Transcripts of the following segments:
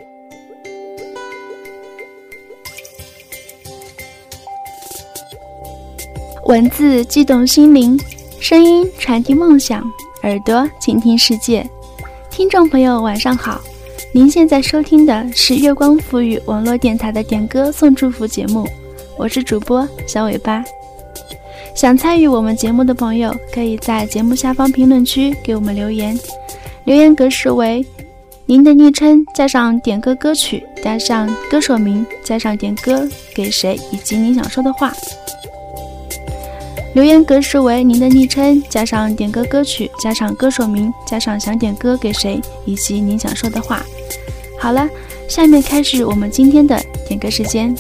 文字激动心灵，声音传递梦想，耳朵倾听世界。听众朋友晚上好，您现在收听的是月光赋予网络电台的点歌送祝福节目，我是主播小尾巴。想参与我们节目的朋友，可以在节目下方评论区给我们留言，留言格式为您的昵称加上点歌歌曲加上歌手名加上点歌给谁以及您想说的话。留言格式为您的昵称加上点歌歌曲加上歌手名加上想点歌给谁以及您想说的话。好了，下面开始我们今天的点歌时间。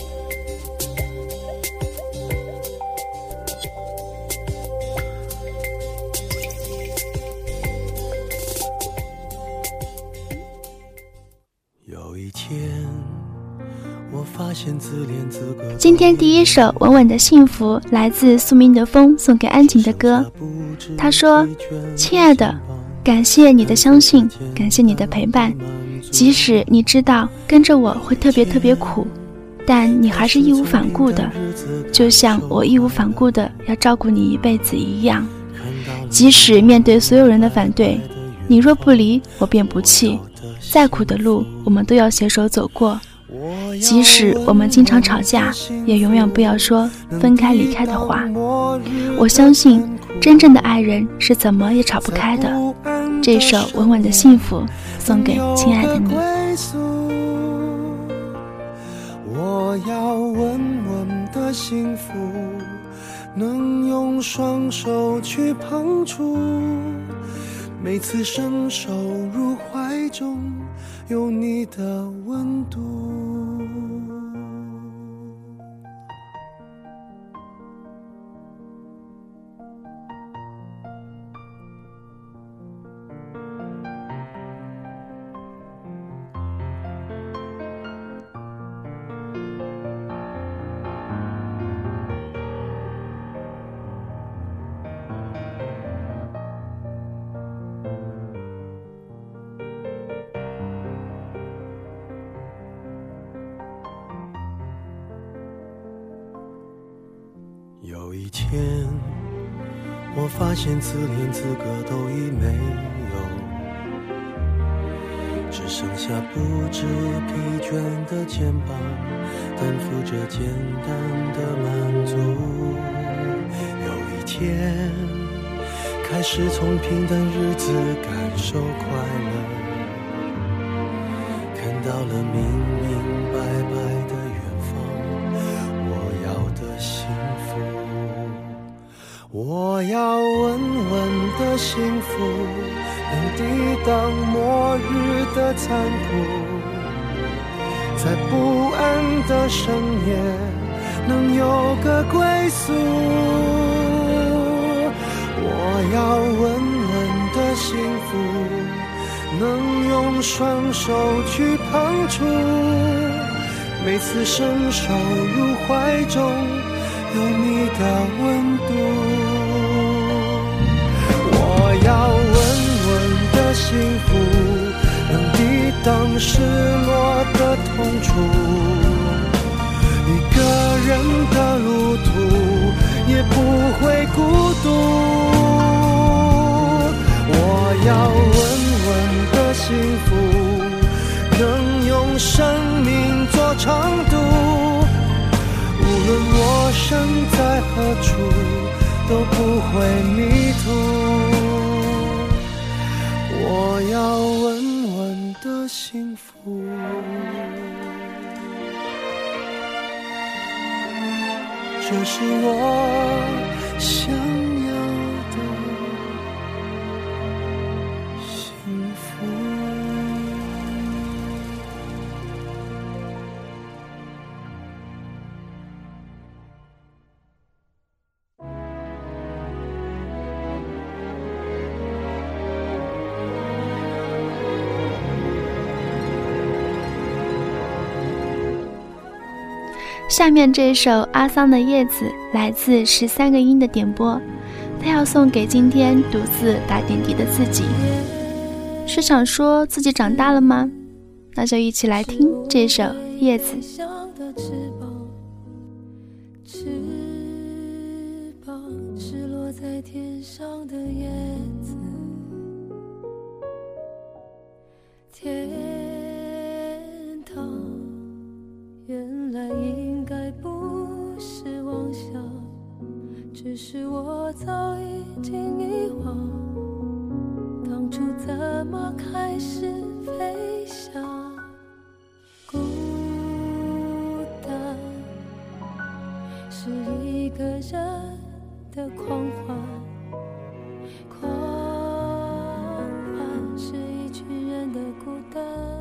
今天第一首稳稳的幸福来自苏明的风送给安晴的歌。他说，亲爱的，感谢你的相信，感谢你的陪伴，即使你知道跟着我会特别苦，但你还是义无反顾的，就像我义无反顾的要照顾你一辈子一样。即使面对所有人的反对，你若不离我便不弃，再苦的路我们都要携手走过，即使我们经常吵架，也永远不要说分开离开的话。我相信真正的爱人是怎么也吵不开的。这首稳稳的幸福送给亲爱的你。 我要稳稳的幸福，能用双手去碰触，每次伸手入怀中有你的温度。有一天我发现自怜资格都已没有，只剩下不知疲倦的肩膀，担负着简单的满足。有一天开始从平淡日子感受快乐，看到了明明白白的远方，我要的幸福。我要稳稳的幸福，能抵挡末日的残酷，在不安的深夜能有个归宿。我要稳稳的幸福，能用双手去碰触，每次伸手入怀中有你的温度。我要稳稳的幸福，能抵挡失落的痛楚，一个人的路途也不会孤独。我要稳稳的幸福，能用生命做长度，无论我身在何处都不会迷途。我要稳稳的幸福。这是我想要的幸福。 下面这首阿桑的叶子来自13个音的点播，他要送给今天独自打点滴的自己。是想说自己长大了吗？ 那就一起来听这首《叶子》。 翅膀是落在天上的叶子，天堂原来应该不是妄想，只是我早已经遗忘当初怎么开始飞翔。孤单是一个人的狂欢，狂欢是一群人的孤单。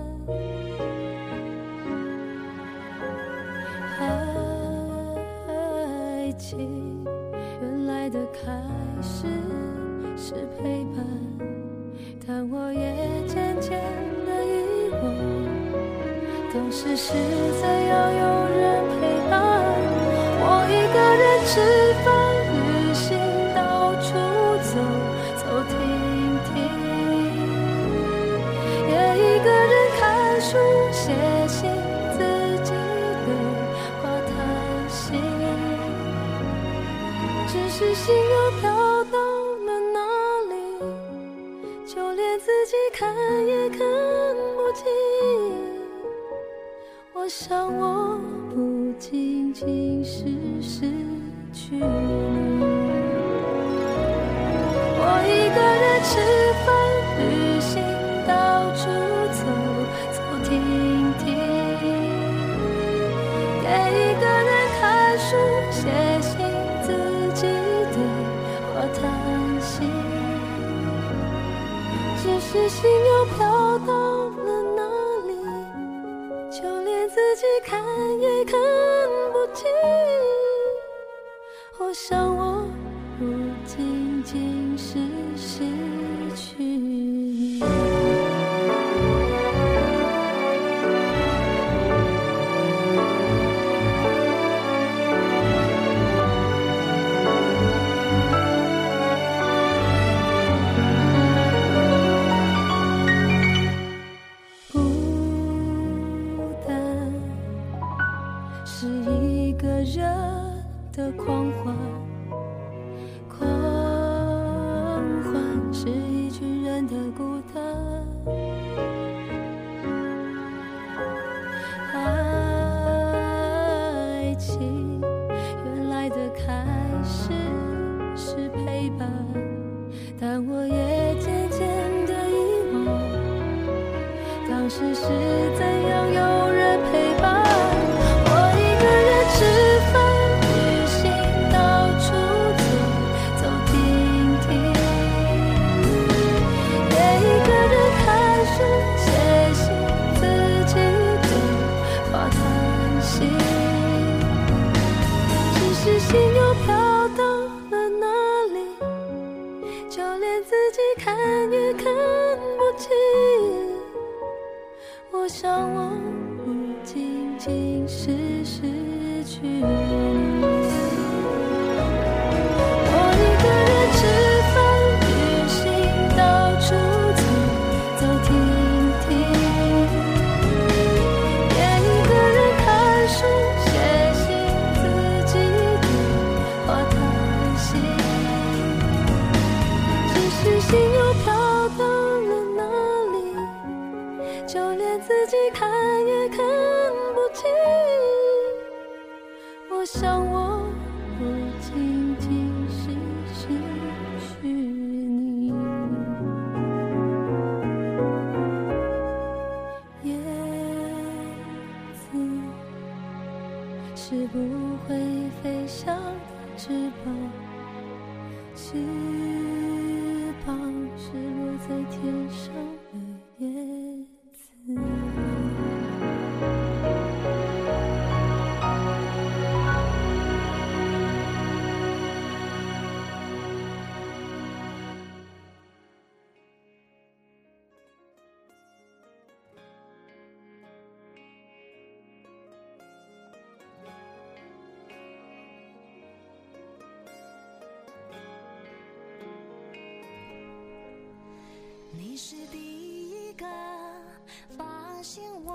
爱情原来的开始是陪伴，但我也渐渐地遗忘当时是怎样有人陪伴。我一个人吃饭旅行，到处走走停停，也一个人看书写信，自己对话谈心，只是心又飘到了哪里，就连自己看也看不清。我想我不仅仅是失去你，我一个人吃饭旅行，到处走走停停，也一个人看书写信，自己对话谈心，只是心又飘到了哪里，就连自己看也看不清。我想我不仅仅是失去你。孤单是一个人的狂欢，狂欢是一群人的孤单。爱情原来的开始是陪伴，但我也渐渐地遗忘当时是怎样有人陪伴。我一个人吃饭旅行，到处走走停停，也一个人看书写信，自己对话谈心，只是心又飘到了哪里，就连自己看也看不清。我想我不仅仅是失去你，我一个人吃饭旅行，到处走走停停，也一个人看书写信，自己对话谈心，只是心又飘到了哪里，就连自己看也看不清。我想我不仅仅是失去你。叶子是不会飞翔的翅膀，翅膀是落在天上的叶子。 你是第一个发现我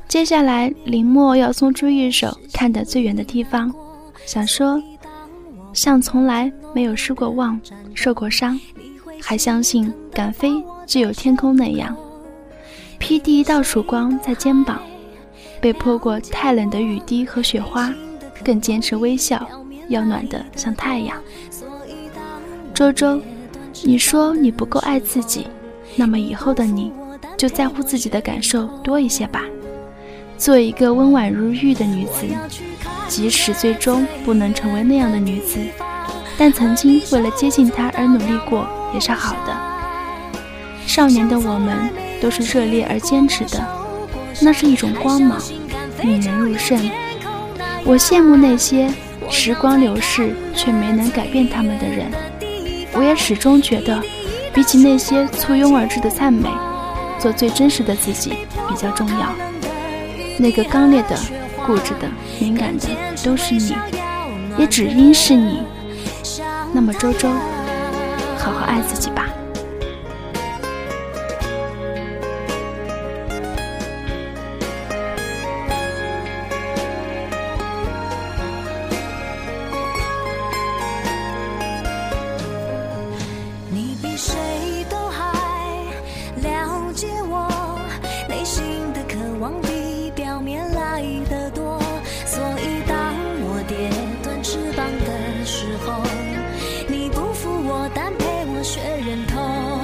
接下来林默要送出一首看得最远的地方，想说像从来没有失过望，受过伤，还相信敢飞就有天空那样，披第一道曙光在肩膀，被泼过太冷的雨滴和雪花，更坚持微笑，要暖得像太阳。周周，你说你不够爱自己，那么以后的你就在乎自己的感受多一些吧，做一个温婉如玉的女子，即使最终不能成为那样的女子，但曾经为了接近她而努力过也是好的。少年的我们都是热烈而坚持的，那是一种光芒，引人入胜。我羡慕那些时光流逝却没能改变他们的人，我也始终觉得比起那些簇拥而至的赞美，做最真实的自己比较重要。那个刚烈的、固执的、敏感的都是你，也只因是你。那么周周，好好爱自己吧。 你比谁都还了解我内心的渴望，比表面来得多，所以当我跌断翅膀的时候，你不负我，但陪我学忍痛。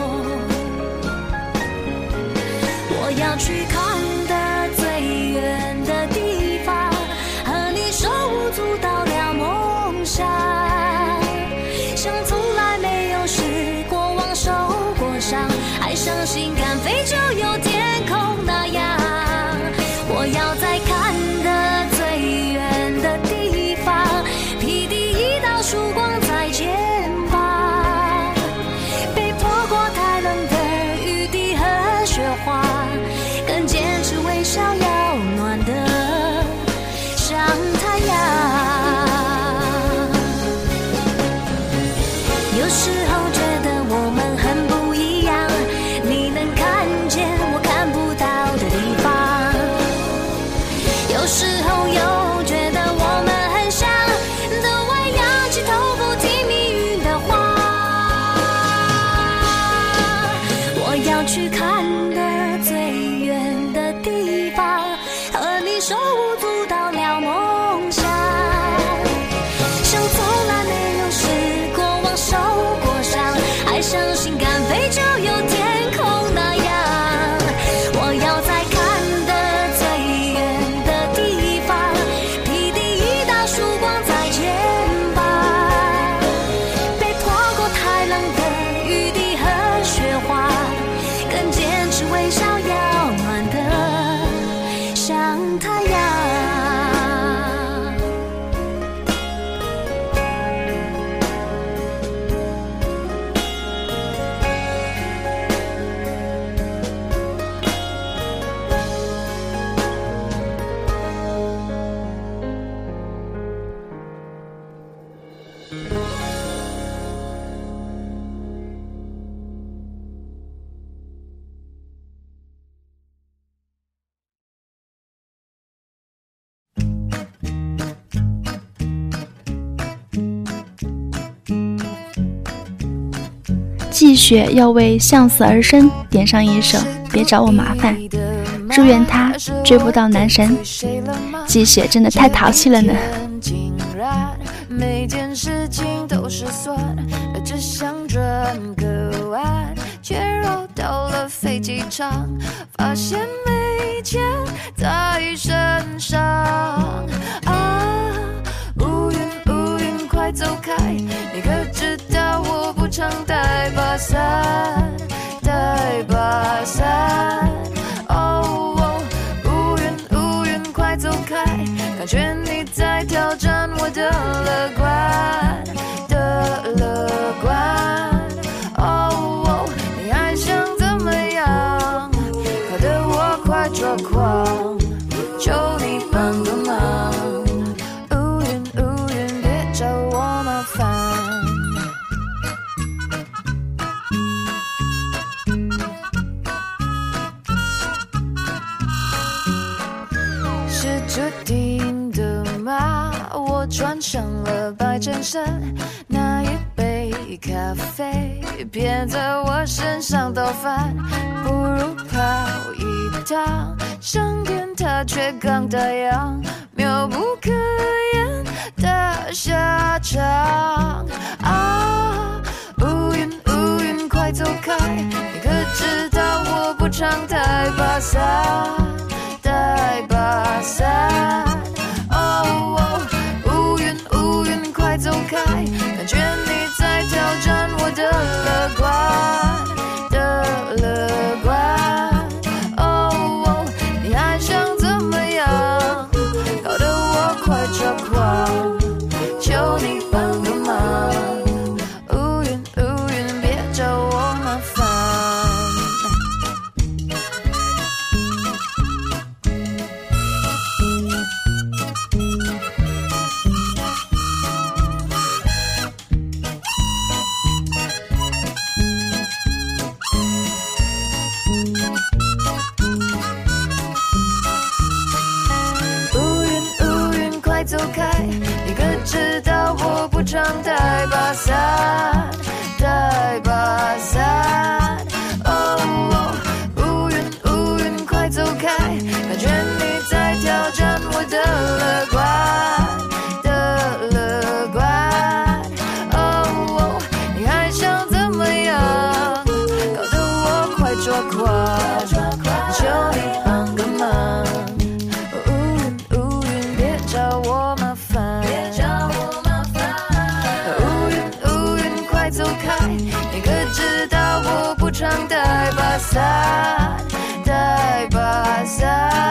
我要去看的最远的地方，和你手舞足蹈了梦想，像从来没有失过望，受过伤，还相信敢飞就有天空那样。我要在看的最远的地方，披第一道曙光在肩膀，被泼过太冷的雨滴和雪花，更坚持微笑要暖的像太阳。有时候觉得我们很不一样，你能看见我看不到的地方，有时候又觉得我们很像，都爱仰起头不听命运的话。我要去看的最远的地方，和你手舞足蹈了梦想，像从来没有失过望，受过伤，还相信敢飞就有天空那样。我要在看的最远的地方，披第一道曙光在肩膀，被泼过太冷的雨滴和雪花，更坚持微笑要暖的像太阳。 季雪要为向死而生点上一首别找我麻烦，祝愿他追不到男神。季雪真的太淘气了呢。 每件事情都是算，只想转个弯，却绕到了飞机场，发现没钱在身上。啊，乌云乌云快走开，你可知道我不常带把伞，带把伞。哦，乌云乌云快走开，感觉你在挑战我的乐观的乐观。哦，你还想怎么样？搞得我快抓狂，求你帮个忙。乌云乌云别找我麻烦。 注定的吗？我穿上了白衬衫，那一杯咖啡别在我身上倒翻，不如跑一趟，上天它却刚打烊，妙不可言的下场啊！乌云乌云快走开，你可知道我不常带把伞，带把伞。哦，乌云乌云快走开，感觉你在挑战我的乐观的乐观。哦，你还想怎么样？搞得我快抓狂，求你帮个忙。乌云乌云别找我麻烦。走开，你可知道我不常带把伞，带把伞。哦，乌云乌云快走开，感觉你在挑战我的乐观的乐观。哦，你还想怎么样？搞得我快抓狂，求你帮个忙。你可知道我不常带把伞，带把伞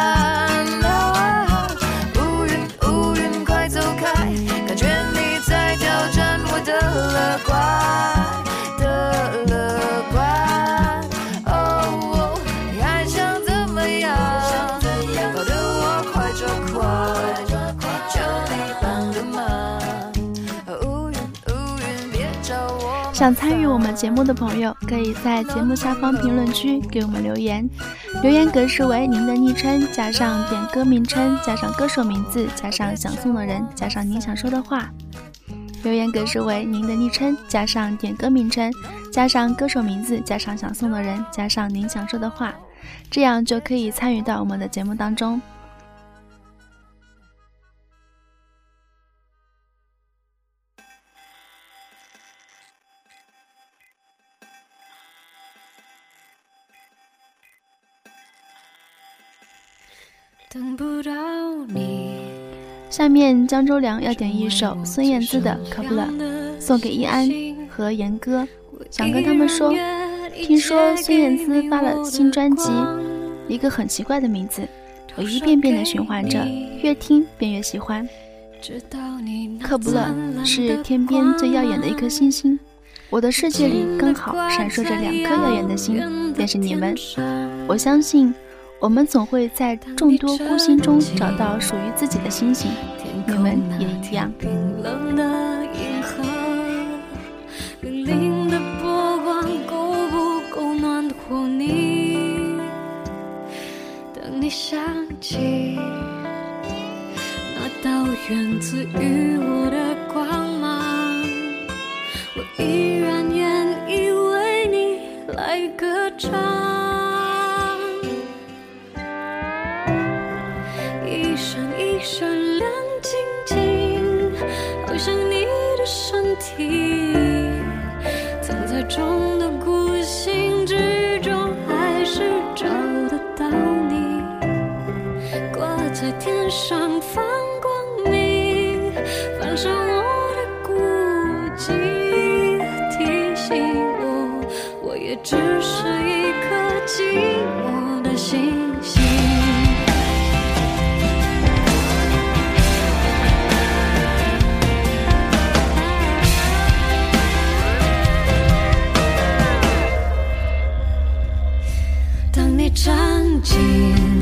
啊！乌云乌云快走开，感觉你在挑战我的乐观的乐观。哦，你还想怎么样？搞得我快抓狂，求你帮个忙。乌云乌云别找我。 想参与我们节目的朋友，可以在节目下方评论区给我们留言，留言格式为您的昵称加上点歌名称加上歌手名字加上想送的人加上您想说的话。留言格式为您的昵称加上点歌名称加上歌手名字加上想送的人加上您想说的话，这样就可以参与到我们的节目当中。 等不到你。 下面江周良要点一首孙燕姿的《可不了》，送给易安和严哥，想跟他们说，听说孙燕姿发了新专辑，一个很奇怪的名字，我一遍遍的循环着，越听便越喜欢。可不了是天边最耀眼的一颗星星，我的世界里刚好闪烁着2颗耀眼的星，便是你们。我相信我们总会在众多孤星中找到属于自己的星星，你们也一样。 冰冷的银河，粼粼的波光够不够暖和你？当你想起那道源自于我的光芒，我依然愿意为你来歌唱。一闪一闪亮晶晶，好像你的身体，藏在众的孤星之中，还是找得到你。挂在天上放光明，反射我的孤寂，提醒我也只是一颗寂寞的星星。站进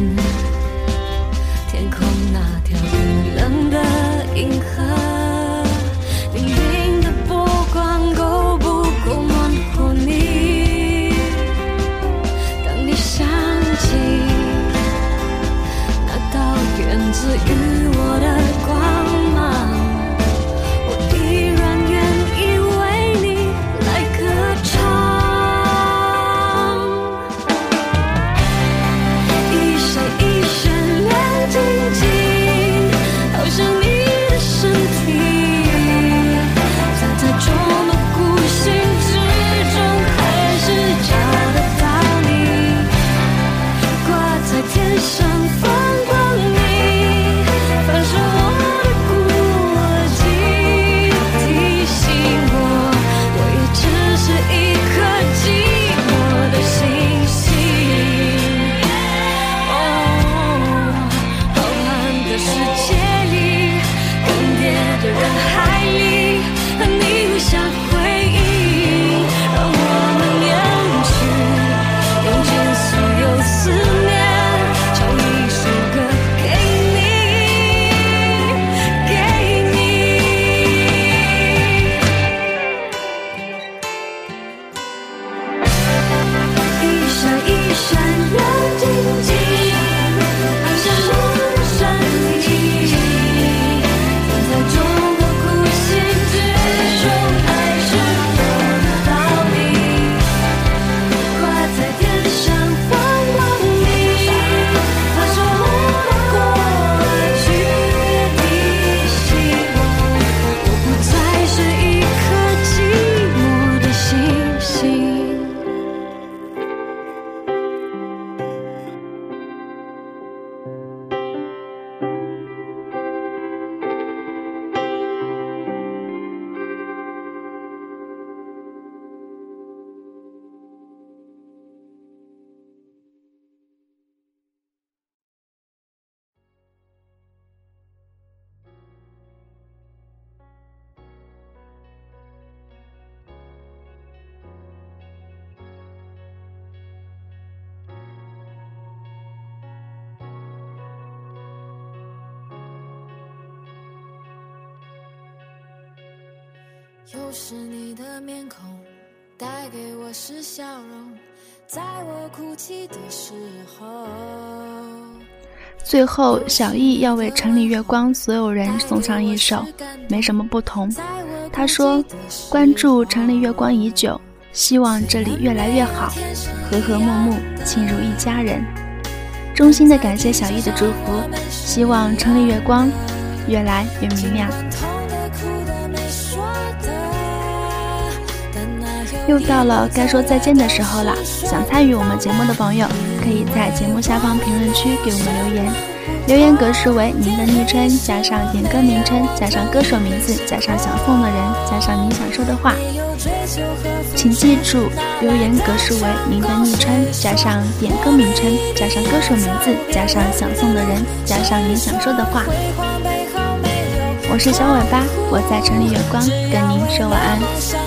天空那条冰冷的银河， 赐予我的光芒，我依然愿意为你来歌唱。一闪一闪亮晶晶，好像你的身体，在众多孤星之中还是找得到你，挂在天上放光明，反射我的孤寂，提醒我也只是一颗寂寞的星星。浩瀚的世界里，更迭的人海里，和你留下回忆，让我们远去，用尽所有思念，唱一首歌给你，给你。一闪一闪亮晶晶，好像你的身体，在众多孤星之中还是找得到你，挂在天上放光明，反射我的过去，提醒我不再是一颗寂寞的星星。又是你的面孔，带给我是笑容，在我哭泣的时候。 最后，小易要为城里月光所有人送上一首没什么不同。他说，关注城里月光已久，希望这里越来越好，和和睦睦，亲如一家人。衷心的感谢小易的祝福，希望城里月光越来越明亮。又到了该说再见的时候了，想参与我们节目的朋友可以在节目下方评论区给我们留言，留言格式为您的昵称加上点歌名称加上歌手名字加上想送的人加上您想说的话。请记住，留言格式为您的昵称加上点歌名称加上歌手名字加上想送的人加上您想说的话。我是小尾巴，我在城里月光跟您说晚安。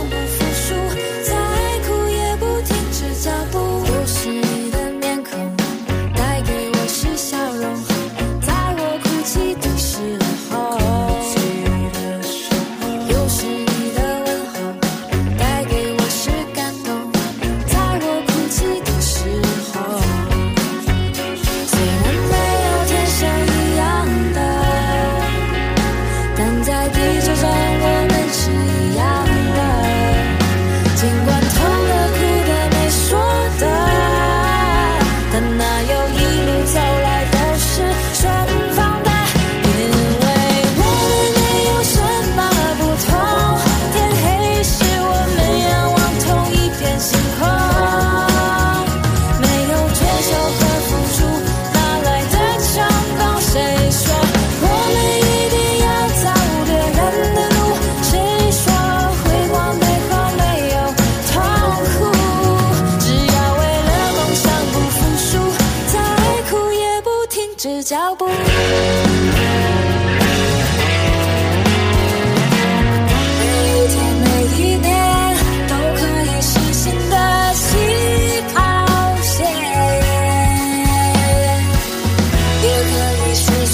脚步。也可以是